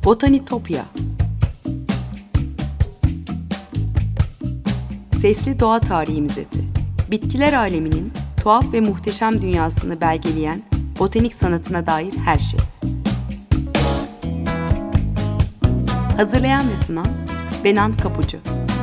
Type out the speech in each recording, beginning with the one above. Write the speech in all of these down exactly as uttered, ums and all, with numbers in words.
Botanitopya. Sesli Doğa Tarihi Müzesi. Bitkiler aleminin tuhaf ve muhteşem dünyasını belgeleyen botanik sanatına dair her şey. Hazırlayan ve sunan Benan Kapucu.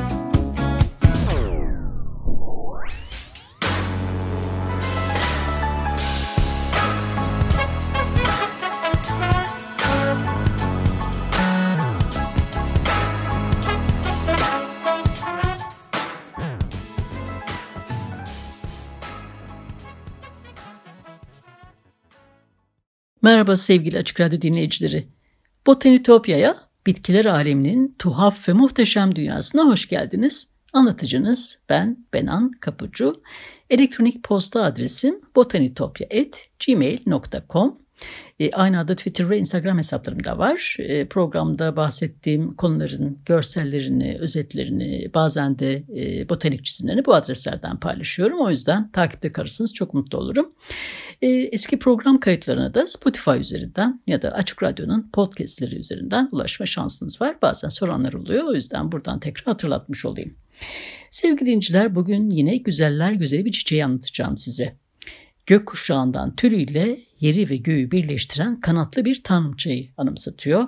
Merhaba sevgili Açık Radyo dinleyicileri. Botanitopya'ya, bitkiler aleminin tuhaf ve muhteşem dünyasına hoş geldiniz. Anlatıcınız ben Benan Kapucu. Elektronik posta adresim botanitopya at gmail nokta com. E, aynı adı Twitter ve Instagram hesaplarım da var. E, programda bahsettiğim konuların görsellerini, özetlerini, bazen de e, botanik çizimlerini bu adreslerden paylaşıyorum. O yüzden takipte kalırsanız çok mutlu olurum. E, eski program kayıtlarına da Spotify üzerinden ya da Açık Radyo'nun podcastleri üzerinden ulaşma şansınız var. Bazen soranlar oluyor. O yüzden buradan tekrar hatırlatmış olayım. Sevgili dinleyiciler, bugün yine güzeller güzeli bir çiçeği anlatacağım size. Gökkuşağından türüyle yeri ve göğü birleştiren kanatlı bir tanrıçayı anımsatıyor.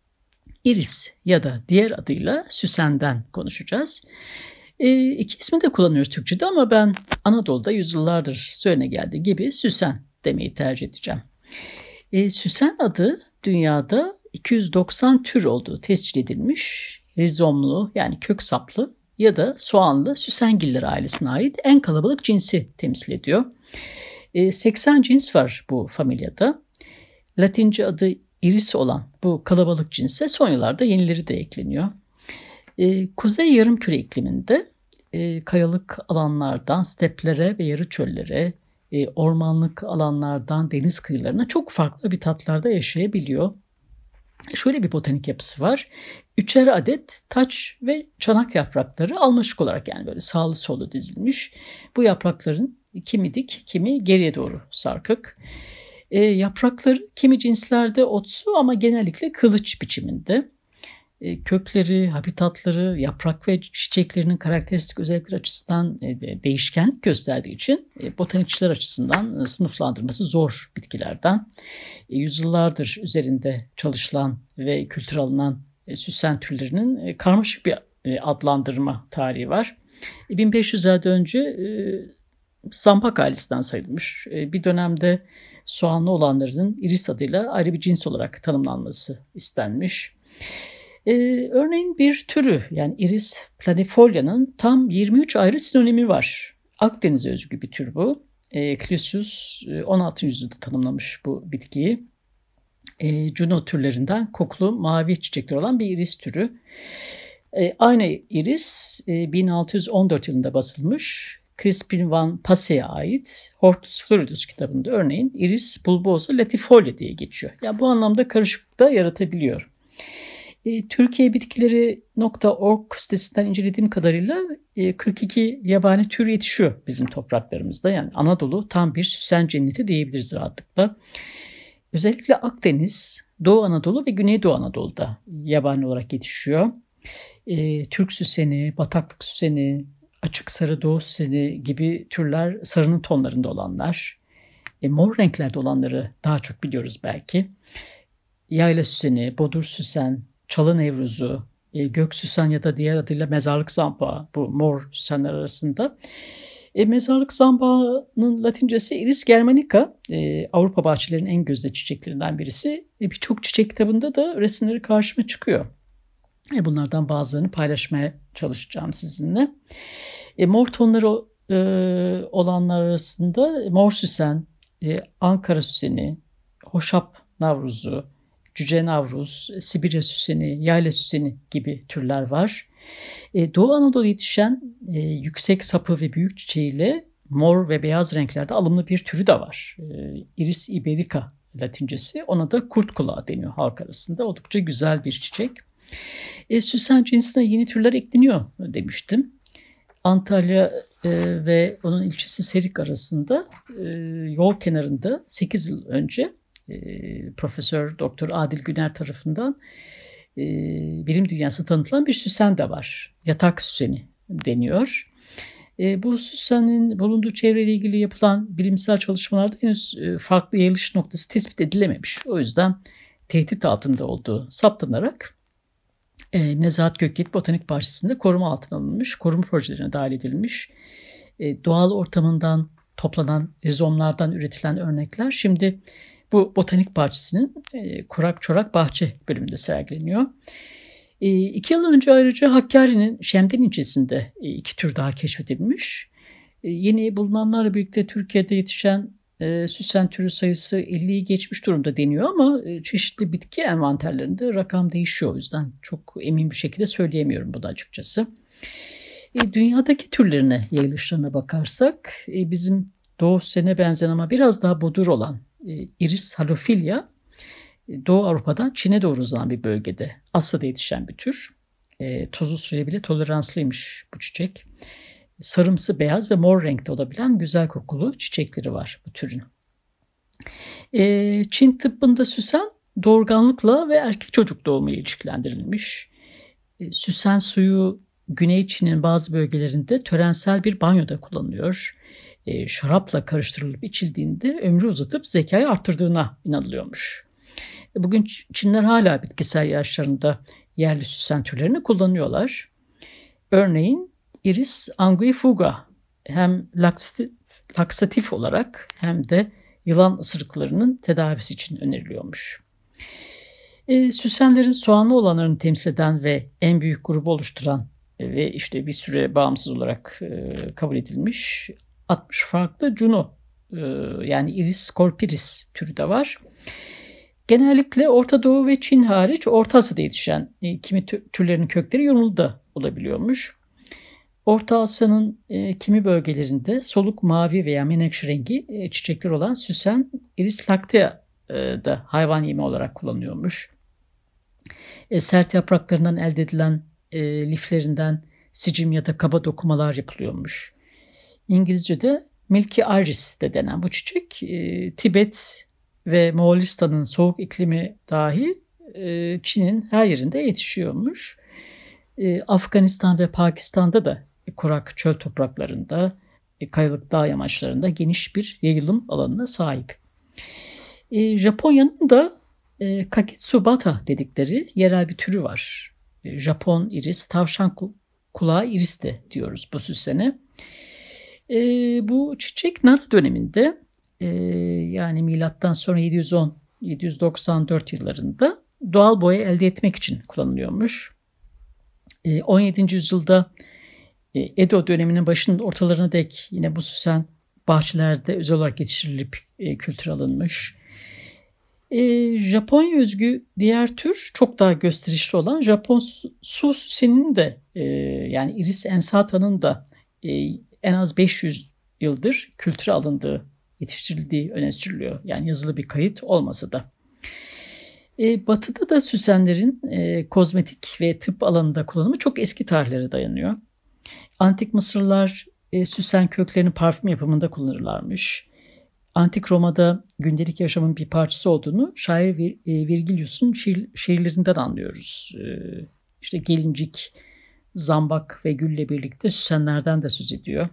Iris ya da diğer adıyla süsenden konuşacağız. E, iki ismi de kullanıyoruz Türkçe'de ama ben Anadolu'da yüzyıllardır söylene geldiği gibi süsen demeyi tercih edeceğim. E, süsen adı dünyada iki yüz doksan tür olduğu tescil edilmiş, rizomlu yani kök saplı ya da soğanlı süsengiller ailesine ait en kalabalık cinsi temsil ediyor. seksen cins var bu familyada. Latince adı iris olan bu kalabalık cinse son yıllarda yenileri de ekleniyor. Kuzey yarımküre ikliminde kayalık alanlardan steplere ve yarı çöllere, ormanlık alanlardan deniz kıyılarına çok farklı habitatlarda yaşayabiliyor. Şöyle bir botanik yapısı var. Üçer adet taç ve çanak yaprakları almaşık olarak yani böyle sağlı sollu dizilmiş. Bu yaprakların kimi dik, kimi geriye doğru sarkık. E, yaprakları kimi cinslerde otsu ama genellikle kılıç biçiminde. E, kökleri, habitatları, yaprak ve çiçeklerinin karakteristik özellikleri açısından e, değişkenlik gösterdiği için e, botanikçiler açısından e, sınıflandırması zor bitkilerden. E, yüzyıllardır üzerinde çalışılan ve kültür alınan e, süsen türlerinin e, karmaşık bir e, adlandırma tarihi var. E, bin beş yüzlerde önce e, zambak ailesinden sayılmış. Bir dönemde soğanlı olanlarının iris adıyla ayrı bir cins olarak tanımlanması istenmiş. Ee, örneğin bir türü yani iris planifolia'nın tam yirmi üç ayrı sinonimi var. Akdeniz'e özgü bir tür bu. E, Clusius on altıncı yüzyılda tanımlamış bu bitkiyi. E, Juno türlerinden kokulu mavi çiçekler olan bir iris türü. E, aynı iris e, bin altı yüz on dört yılında basılmış. Crispin van Passe'ye ait Hortus Floridus kitabında örneğin Iris bulbosa latifolia diye geçiyor. Yani bu anlamda karışıklık da yaratabiliyor. E, Türkiye bitkileri nokta org sitesinden incelediğim kadarıyla e, kırk iki yabani tür yetişiyor bizim topraklarımızda. Yani Anadolu tam bir süsen cenneti diyebiliriz rahatlıkla. Özellikle Akdeniz, Doğu Anadolu ve Güneydoğu Anadolu'da yabani olarak yetişiyor. E, Türk süseni, bataklık süseni, açık sarı doğu süseni gibi türler sarının tonlarında olanlar. E, mor renklerde olanları daha çok biliyoruz belki. Yayla süseni, bodur süsen, çalı nevruzu, e, gök süsen ya da diğer adıyla mezarlık zambağı bu mor süsenler arasında. E, mezarlık zambağının latincesi Iris germanica. E, Avrupa bahçelerinin en gözde çiçeklerinden birisi. E, Birçok çiçek kitabında da resimleri karşıma çıkıyor. E, bunlardan bazılarını paylaşmaya çalışacağım sizinle. E, mor tonları e, olanlar arasında mor süsen, e, Ankara süseni, hoşap navruzu, cüce navruz, Sibirya süseni, yayla süseni gibi türler var. E, Doğu Anadolu yetişen e, yüksek sapı ve büyük çiçeğiyle mor ve beyaz renklerde alımlı bir türü de var. E, Iris iberica latincesi. Ona da kurt kulağı deniyor halk arasında. Oldukça güzel bir çiçek. E, süsen cinsine yeni türler ekleniyor demiştim. Antalya e, ve onun ilçesi Serik arasında e, yol kenarında sekiz yıl önce e, Profesör Doktor Adil Güner tarafından e, bilim dünyası tanıtılan bir süsen de var. Yatak süseni deniyor. E, bu süsenin bulunduğu çevreyle ilgili yapılan bilimsel çalışmalarda henüz e, farklı yayılış noktası tespit edilememiş. O yüzden tehdit altında olduğu saptanarak e, Nezahat Gökyiğit Botanik Bahçesi'nde koruma altına alınmış, koruma projelerine dahil edilmiş. E, doğal ortamından toplanan rizomlardan üretilen örnekler şimdi bu botanik bahçesinin e, kurak çorak bahçe bölümünde sergileniyor. E, iki yıl önce ayrıca Hakkari'nin Şemdin ilçesinde e, iki tür daha keşfedilmiş. E, yeni bulunanlarla birlikte Türkiye'de yetişen e, süsen türü sayısı elliyi geçmiş durumda deniyor ama e, çeşitli bitki envanterlerinde rakam değişiyor. O yüzden çok emin bir şekilde söyleyemiyorum bunu açıkçası. E, dünyadaki türlerine, yayılışlarına bakarsak e, bizim doğu süsenine benzeyen ama biraz daha bodur olan e, Iris halophila e, Doğu Avrupa'dan Çin'e doğru uzanan bir bölgede Asya'da yetişen bir tür. E, tozlu suya bile toleranslıymış bu çiçek. Sarımsı, beyaz ve mor renkte olabilen güzel kokulu çiçekleri var bu türün. E, Çin tıbbında süsen doğurganlıkla ve erkek çocuk doğumu ilişkilendirilmiş. E, süsen suyu Güney Çin'in bazı bölgelerinde törensel bir banyoda kullanılıyor. E, şarapla karıştırılıp içildiğinde ömrü uzatıp zekayı arttırdığına inanılıyormuş. E, bugün Çinler hala bitkisel yaşlarında yerli süsen türlerini kullanıyorlar. Örneğin Iris anguifuga hem laksatif, laksatif olarak hem de yılan ısırıklarının tedavisi için öneriliyormuş. E, süsenlerin soğanlı olanlarını temsil eden ve en büyük grubu oluşturan ve işte bir süre bağımsız olarak e, kabul edilmiş altmış farklı Juno e, yani Iris scorpiris türü de var. Genellikle Orta Doğu ve Çin hariç Orta Asya'da yetişen e, kimi türlerin kökleri yorumlu da olabiliyormuş. Orta Asya'nın e, kimi bölgelerinde soluk mavi veya menekşe rengi e, çiçekler olan süsen Iris lactea e, da hayvan yemi olarak kullanıyormuş. E, sert yapraklarından elde edilen e, liflerinden sicim ya da kaba dokumalar yapılıyormuş. İngilizce'de Milky Iris de denen bu çiçek e, Tibet ve Moğolistan'ın soğuk iklimi dahi e, Çin'in her yerinde yetişiyormuş. E, Afganistan ve Pakistan'da da e, kurak çöl topraklarında, e, kayalık dağ yamaçlarında geniş bir yayılım alanına sahip. E, Japonya'nın da e, Kaketsubata dedikleri yerel bir türü var. E, Japon iris, tavşan kulağı iris de diyoruz bu süsene. E, bu çiçek Nara döneminde e, yani milattan sonra yedi yüz on yedi yüz doksan dört yıllarında doğal boya elde etmek için kullanılıyormuş. E, on yedinci yüzyılda e, Edo döneminin başının ortalarına dek yine bu süsen bahçelerde özel olarak yetiştirilip e, kültüre alınmış. E, Japonya özgü diğer tür çok daha gösterişli olan Japon su, su süseninin de e, yani Iris ensata'nın da e, en az beş yüz yıldır kültüre alındığı, yetiştirildiği öne sürülüyor. Yani yazılı bir kayıt olmasa da. E, batı'da da süsenlerin e, kozmetik ve tıp alanında kullanımı çok eski tarihlere dayanıyor. Antik Mısırlılar e, süsen köklerini parfüm yapımında kullanırlarmış. Antik Roma'da gündelik yaşamın bir parçası olduğunu şair Vir, e, Virgilius'un şiir, şiirlerinden anlıyoruz. E, işte gelincik, zambak ve gülle birlikte süsenlerden de söz ediyor.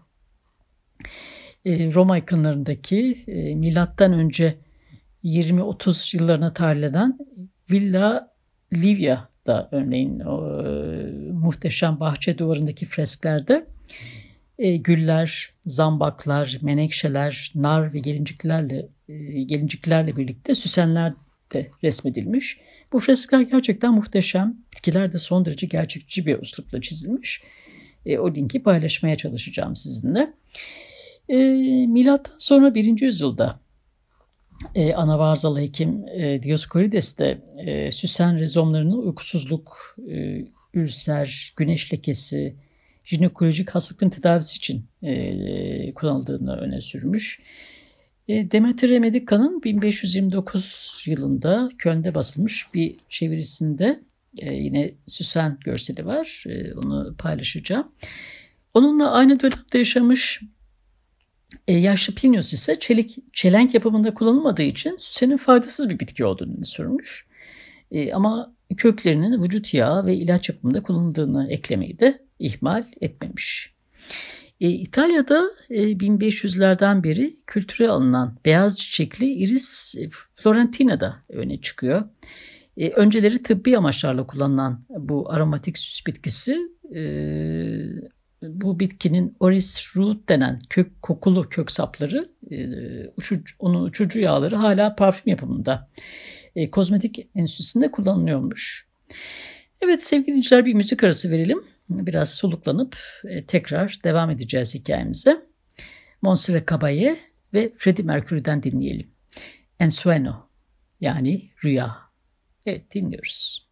E, Roma yakınlarındaki e, milattan önce yirmi otuz yıllarına tarihlenen Villa Livia'da örneğin o, e, muhteşem bahçe duvarındaki fresklerde e, güller, zambaklar, menekşeler, nar ve gelinciklerle e, gelinciklerle birlikte süsenler de resmedilmiş. Bu freskler gerçekten muhteşem. Bitkiler de son derece gerçekçi bir üslupla çizilmiş. E, o linki paylaşmaya çalışacağım sizinle. E, milattan sonra birinci yüzyılda e, Anavarzalı hekim e, Dioskorides de e, süsen rezomlarının uykusuzluk, e, ülser, güneş lekesi, jinekolojik hastalıkların tedavisi için e, kullanıldığını öne sürmüş. E, Demetria Medica'nın bin beş yüz yirmi dokuz yılında Köln'de basılmış bir çevirisinde e, yine süsen görseli var. E, onu paylaşacağım. Onunla aynı dönemde yaşamış e, yaşlı Plinius ise çelik, çelenk yapımında kullanılmadığı için süsenin faydasız bir bitki olduğunu sürmüş. E, ama köklerinin vücut yağı ve ilaç yapımında kullanıldığını eklemeyi de ihmal etmemiş. E, İtalya'da e, bin beş yüzlerden beri kültüre alınan beyaz çiçekli Iris florentina da öne çıkıyor. E, önceleri tıbbi amaçlarla kullanılan bu aromatik süs bitkisi, e, bu bitkinin Orris root denen kök, kokulu kök sapları, e, uçucu, onun uçucu yağları hala parfüm yapımında, e, kozmetik endüstrisinde kullanılıyormuş. Evet sevgili dinleyiciler, bir müzik arası verelim. Biraz soluklanıp e, tekrar devam edeceğiz hikayemize. Montserrat Caballé ve Freddie Mercury'den dinleyelim. Ensueño, yani rüya. Evet, dinliyoruz.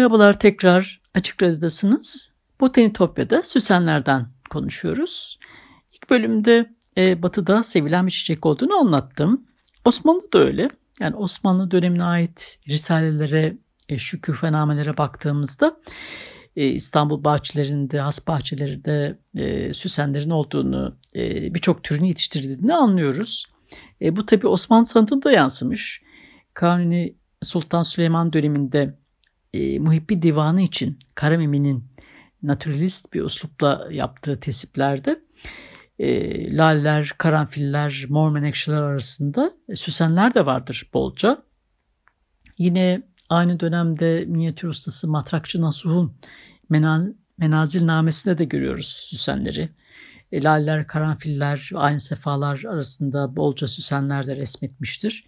Merhabalar, tekrar Açık Radyo'dasınız. Botanitopya'da süsenlerden konuşuyoruz. İlk bölümde e, Batı'da sevilen bir çiçek olduğunu anlattım. Osmanlı da öyle. Yani Osmanlı dönemine ait risalelere, e, şükufenamelere baktığımızda e, İstanbul bahçelerinde, has bahçelerinde e, süsenlerin olduğunu, e, birçok türünü yetiştirdiğini anlıyoruz. E, bu tabii Osmanlı sanatına da yansımış. Kanuni Sultan Süleyman döneminde e, Muhibbi Divanı için Karamimi'nin naturalist bir üslupla yaptığı tesiplerde e, laleler, karanfiller, mor menekşeler arasında e, süsenler de vardır bolca. Yine aynı dönemde minyatür ustası Matrakçı Nasuh'un Menal, Menazilnamesinde de görüyoruz süsenleri. E, laleler, karanfiller, aynı sefalar arasında bolca süsenler de resmetmiştir.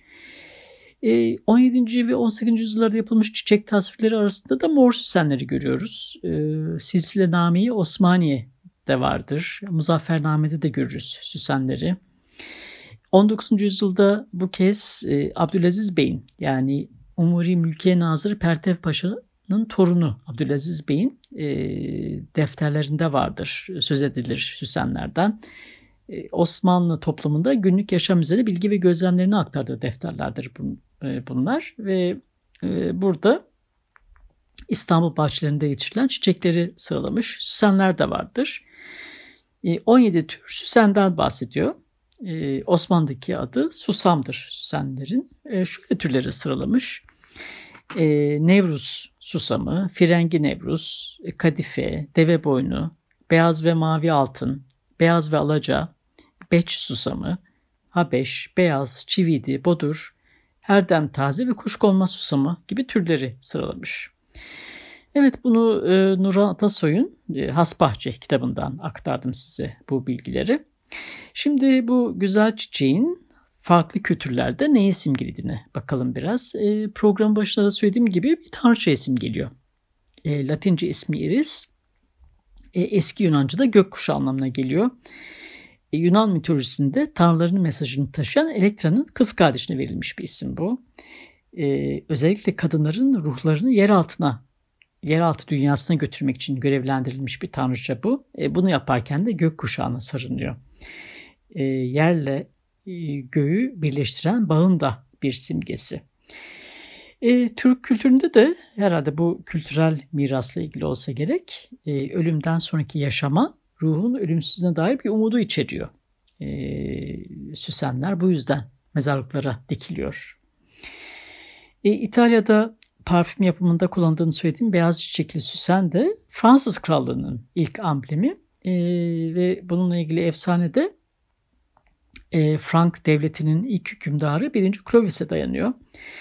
on yedinci ve on sekizinci yüzyıllarda yapılmış çiçek tasvirleri arasında da mor süsenleri görüyoruz. Silsile-Name-i Osmaniye de vardır. Muzaffername'de de görürüz süsenleri. on dokuzuncu yüzyılda bu kez Abdülaziz Bey'in, yani Umuri Mülkiye Nazırı Pertev Paşa'nın torunu Abdülaziz Bey'in defterlerinde vardır. Söz edilir süsenlerden. Osmanlı toplumunda günlük yaşam üzerine bilgi ve gözlemlerini aktardığı defterlerdir bunlar ve burada İstanbul bahçelerinde yetiştirilen çiçekleri sıralamış. Süsenler de vardır. on yedi tür süsenden bahsediyor. Osmanlı'daki adı susamdır süsenlerin. Şöyle türleri sıralamış: Nevruz susamı, Firengi Nevruz, Kadife, Deve boynu, Beyaz ve mavi altın, Beyaz ve alaca, Beç susamı, Habeş, Beyaz, Çividi, Bodur, Herdem taze ve kuşkonmaz susamı gibi türleri sıralamış. Evet, bunu e, Nurhan Atasoy'un e, Hasbahçe kitabından aktardım size bu bilgileri. Şimdi bu güzel çiçeğin farklı kültürlerde neye simgelediğine bakalım biraz. E, program başında da söylediğim gibi bir tanrıça isim geliyor. E, Latince ismi Iris, e, eski Yunanca'da gökkuşağı anlamına geliyor. E, Yunan mitolojisinde tanrıların mesajını taşıyan Elektra'nın kız kardeşine verilmiş bir isim bu. E, özellikle kadınların ruhlarını yer altına, yeraltı dünyasına götürmek için görevlendirilmiş bir tanrıça bu. E, bunu yaparken de gökkuşağına sarınıyor. E, yerle e, göğü birleştiren bağın da bir simgesi. E, Türk kültüründe de herhalde bu kültürel mirasla ilgili olsa gerek, e, ölümden sonraki yaşama, ruhun ölümsüzlüğüne dair bir umudu içeriyor. E, süsenler bu yüzden mezarlıklara dikiliyor. E, İtalya'da parfüm yapımında kullandığını söylediğim beyaz çiçekli süsen de Fransız Krallığı'nın ilk amblemi e, ve bununla ilgili efsanede e, Frank Devleti'nin ilk hükümdarı birinci Clovis'e dayanıyor.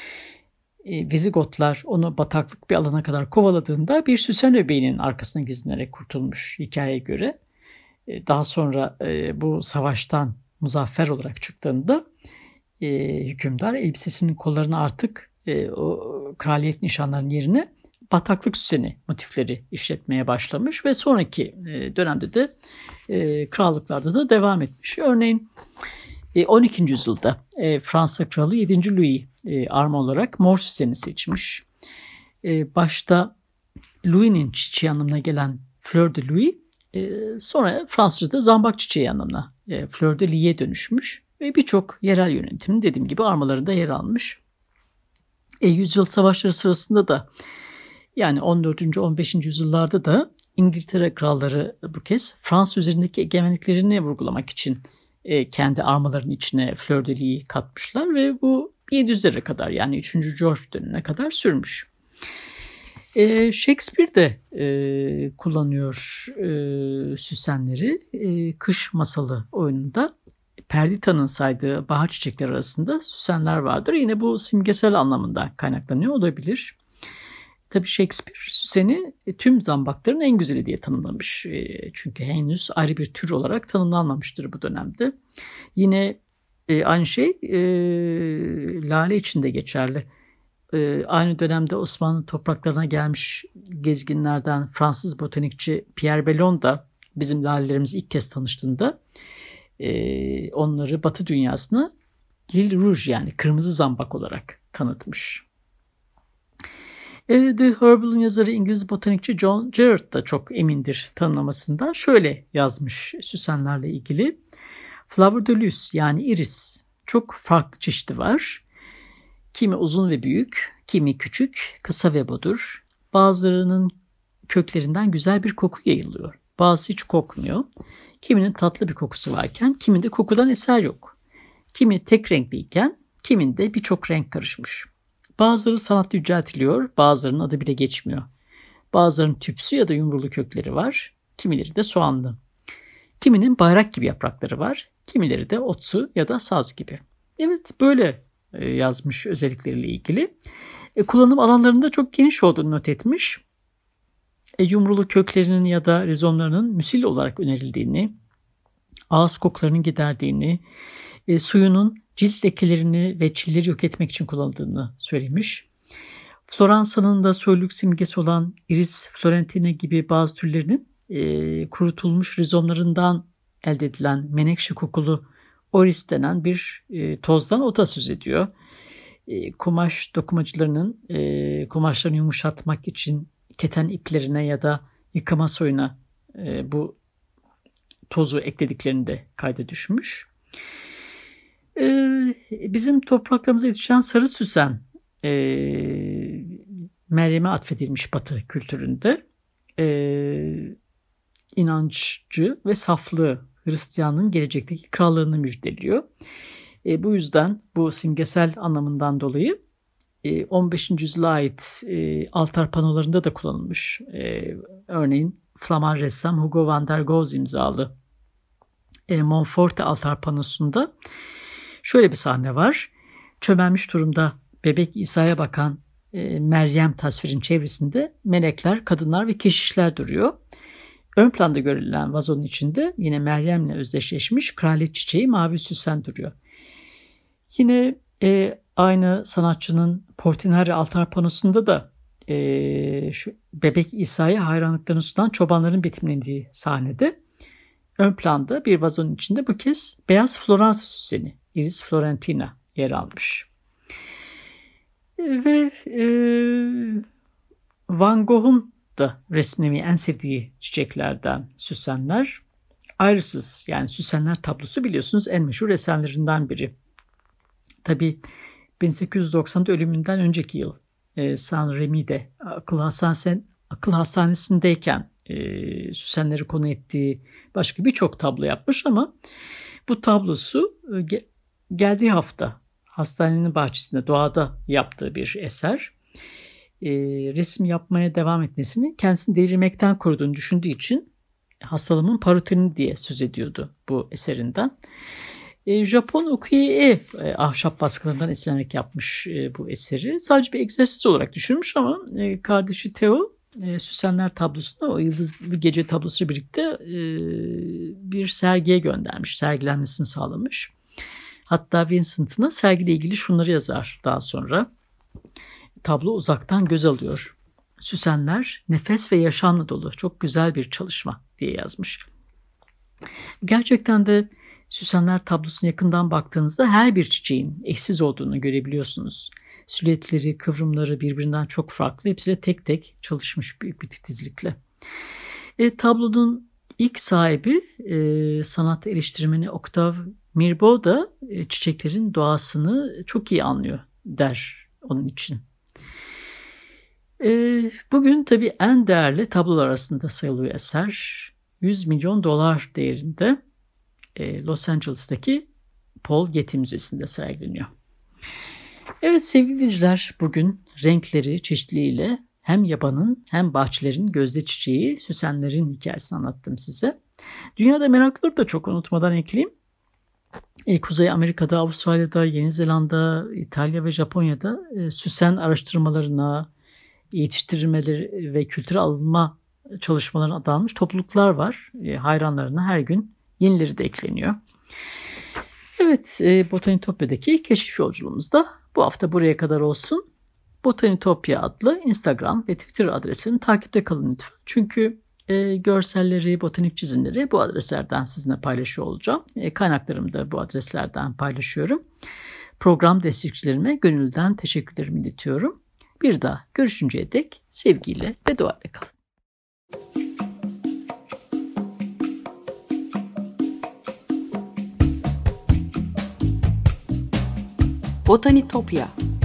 E, Vizigotlar onu bataklık bir alana kadar kovaladığında bir süsen öbeğinin arkasına gizlenerek kurtulmuş hikayeye göre. E, daha sonra e, bu savaştan muzaffer olarak çıktığında e, hükümdar elbisesinin kollarına artık e, o kraliyet nişanlarının yerine bataklık süseni motifleri işletmeye başlamış ve sonraki e, dönemde de e, krallıklarda da devam etmiş. Örneğin e, on ikinci yüzyılda e, Fransa Kralı yedinci Louis e, arma olarak mor süseni seçmiş. E, başta Louis'nin çiçeği anlamına gelen Fleur de Louis, e, sonra Fransızca'da zambak çiçeği anlamına e, Fleur de Lis'e dönüşmüş ve birçok yerel yönetimin dediğim gibi armalarında yer almış. E, yüzyıl savaşları sırasında da, yani on dördüncü on beşinci yüzyıllarda da İngiltere kralları bu kez Fransa üzerindeki egemenliklerini vurgulamak için e, kendi armalarının içine Fleur de Lis'i katmışlar ve bu yedi yüzlere kadar, yani üçüncü George dönemine kadar sürmüş. E, Shakespeare de e, kullanıyor e, süsenleri. E, Kış Masalı oyununda Perdita'nın saydığı bahar çiçekleri arasında süsenler vardır. Yine bu simgesel anlamında kaynaklanıyor olabilir. Tabii Shakespeare süseni tüm zambakların en güzeli diye tanımlamış. Çünkü henüz ayrı bir tür olarak tanımlanmamıştır bu dönemde. Yine aynı şey lale için de geçerli. Aynı dönemde Osmanlı topraklarına gelmiş gezginlerden Fransız botanikçi Pierre Bellon da bizim lalelerimizi ilk kez tanıştığında onları Batı dünyasına Lille Rouge, yani kırmızı zambak olarak tanıtmış. The Herbal'ın yazarı İngiliz botanikçi John Gerard da çok emindir tanımlamasında. Şöyle yazmış süsenlerle ilgili. Flower de luce yani iris çok farklı çeşidi var. Kimi uzun ve büyük, kimi küçük, kısa ve bodur. Bazılarının köklerinden güzel bir koku yayılıyor. Bazısı hiç kokmuyor. Kiminin tatlı bir kokusu varken kiminde kokudan eser yok. Kimi tek renkliyken kiminde birçok renk karışmış. Bazıları sanatla yüceltiliyor, bazılarının adı bile geçmiyor. Bazılarının tüpsü ya da yumrulu kökleri var, kimileri de soğanlı. Kiminin bayrak gibi yaprakları var, kimileri de otsu ya da saz gibi. Evet, böyle yazmış özellikleriyle ilgili. E, kullanım alanlarında çok geniş olduğunu not etmiş. E, yumrulu köklerinin ya da rizomlarının müsil olarak önerildiğini, ağız kokularını giderdiğini, e, suyunun cilt lekelerini ve çilleri yok etmek için kullanıldığını söylemiş. Floransa'nın da soyluluk simgesi olan Iris florentina gibi bazı türlerinin e, kurutulmuş rizomlarından elde edilen menekşe kokulu oris denen bir e, tozdan ota söz ediyor. E, kumaş dokumacılarının e, kumaşlarını yumuşatmak için keten iplerine ya da yıkama soyuna e, bu tozu eklediklerini de kayda düşmüş. E, bizim topraklarımıza yetişen sarı süsen e, Meryem'e atfedilmiş Batı kültüründe. E, inancı ve saflığı Hristiyanlığın gelecekteki krallığını müjdeliyor. E, bu yüzden bu simgesel anlamından dolayı e, on beşinci yüzyıla ait e, altar panolarında da kullanılmış. E, örneğin Flaman ressam Hugo van der Goes imzalı e, Monforte altar panosunda şöyle bir sahne var. Çömelmiş durumda bebek İsa'ya bakan e, Meryem tasvirin çevresinde melekler, kadınlar ve keşişler duruyor. Ön planda görülen vazonun içinde yine Meryem'le özdeşleşmiş kraliyet çiçeği mavi süsen duruyor. Yine e, aynı sanatçının Portinari altar panosunda da e, şu bebek İsa'ya hayranlıklarını sunan çobanların betimlendiği sahnede ön planda bir vazonun içinde bu kez beyaz Floransa süseni Iris florentina yer almış. E, ve e, Van Gogh'un da resmlemeyi en sevdiği çiçeklerden süsenler. Irises yani süsenler tablosu biliyorsunuz en meşhur eserlerinden biri. Tabii bin sekiz yüz doksanda ölümünden önceki yıl e, Saint Rémy'de akıl, hastanesi, akıl hastanesindeyken e, süsenleri konu ettiği başka birçok tablo yapmış ama bu tablosu e, ge, geldiği hafta hastanenin bahçesinde doğada yaptığı bir eser. E, resim yapmaya devam etmesini kendisini delirmekten koruduğunu düşündüğü için hastalığımın parotini diye söz ediyordu bu eserinden. E, Japon ukiyo-e e, ahşap baskılarından esinlenerek yapmış e, bu eseri. Sadece bir egzersiz olarak düşünmüş ama e, kardeşi Theo e, Süsenler tablosunu o yıldızlı gece tablosuyla birlikte e, bir sergiye göndermiş. Sergilenmesini sağlamış. Hatta Vincent'ına sergiyle ilgili şunları yazar daha sonra. Tablo uzaktan göz alıyor. Süsenler nefes ve yaşamla dolu. Çok güzel bir çalışma diye yazmış. Gerçekten de Süsenler tablosuna yakından baktığınızda her bir çiçeğin eşsiz olduğunu görebiliyorsunuz. Silüetleri, kıvrımları birbirinden çok farklı. Hepsi de tek tek çalışmış büyük bir titizlikle. E, tablonun ilk sahibi e, sanat eleştirmeni Octave Mirbeau da e, çiçeklerin doğasını çok iyi anlıyor der onun için. E, bugün tabii en değerli tablolar arasında sayılıyor eser. yüz milyon dolar değerinde e, Los Angeles'taki Paul Getty Müzesi'nde sergileniyor. Evet sevgili dinleyiciler, bugün renkleri, çeşitliliğiyle hem yabanın hem bahçelerin gözde çiçeği süsenlerin hikayesini anlattım size. Dünyada meraklıları da çok unutmadan ekleyeyim. E, Kuzey Amerika'da, Avustralya'da, Yeni Zelanda, İtalya ve Japonya'da e, süsen araştırmalarına, yetiştirilmeleri ve kültüre alınma çalışmalarına adanmış topluluklar var. E, hayranlarına her gün yenileri de ekleniyor. Evet, e, Botanitopya'daki keşif yolculuğumuz da bu hafta buraya kadar olsun. Botanitopya adlı Instagram ve Twitter adreslerini takipte kalın lütfen. Çünkü e, görselleri, botanik çizimleri bu adreslerden sizinle paylaşıyor olacağım. E, kaynaklarımı da bu adreslerden paylaşıyorum. Program destekçilerime gönülden teşekkürlerimi iletiyorum. Bir daha görüşünceye dek sevgiyle ve duayla kalın. Botanitopya.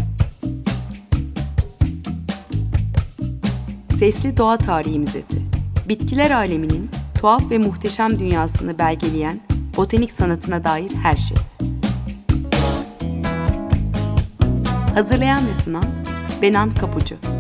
Sesli Doğa Tarihi Müzesi. Bitkiler aleminin tuhaf ve muhteşem dünyasını belgeleyen botanik sanatına dair her şey. Hazırlayan ve sunan Benan Kapucu.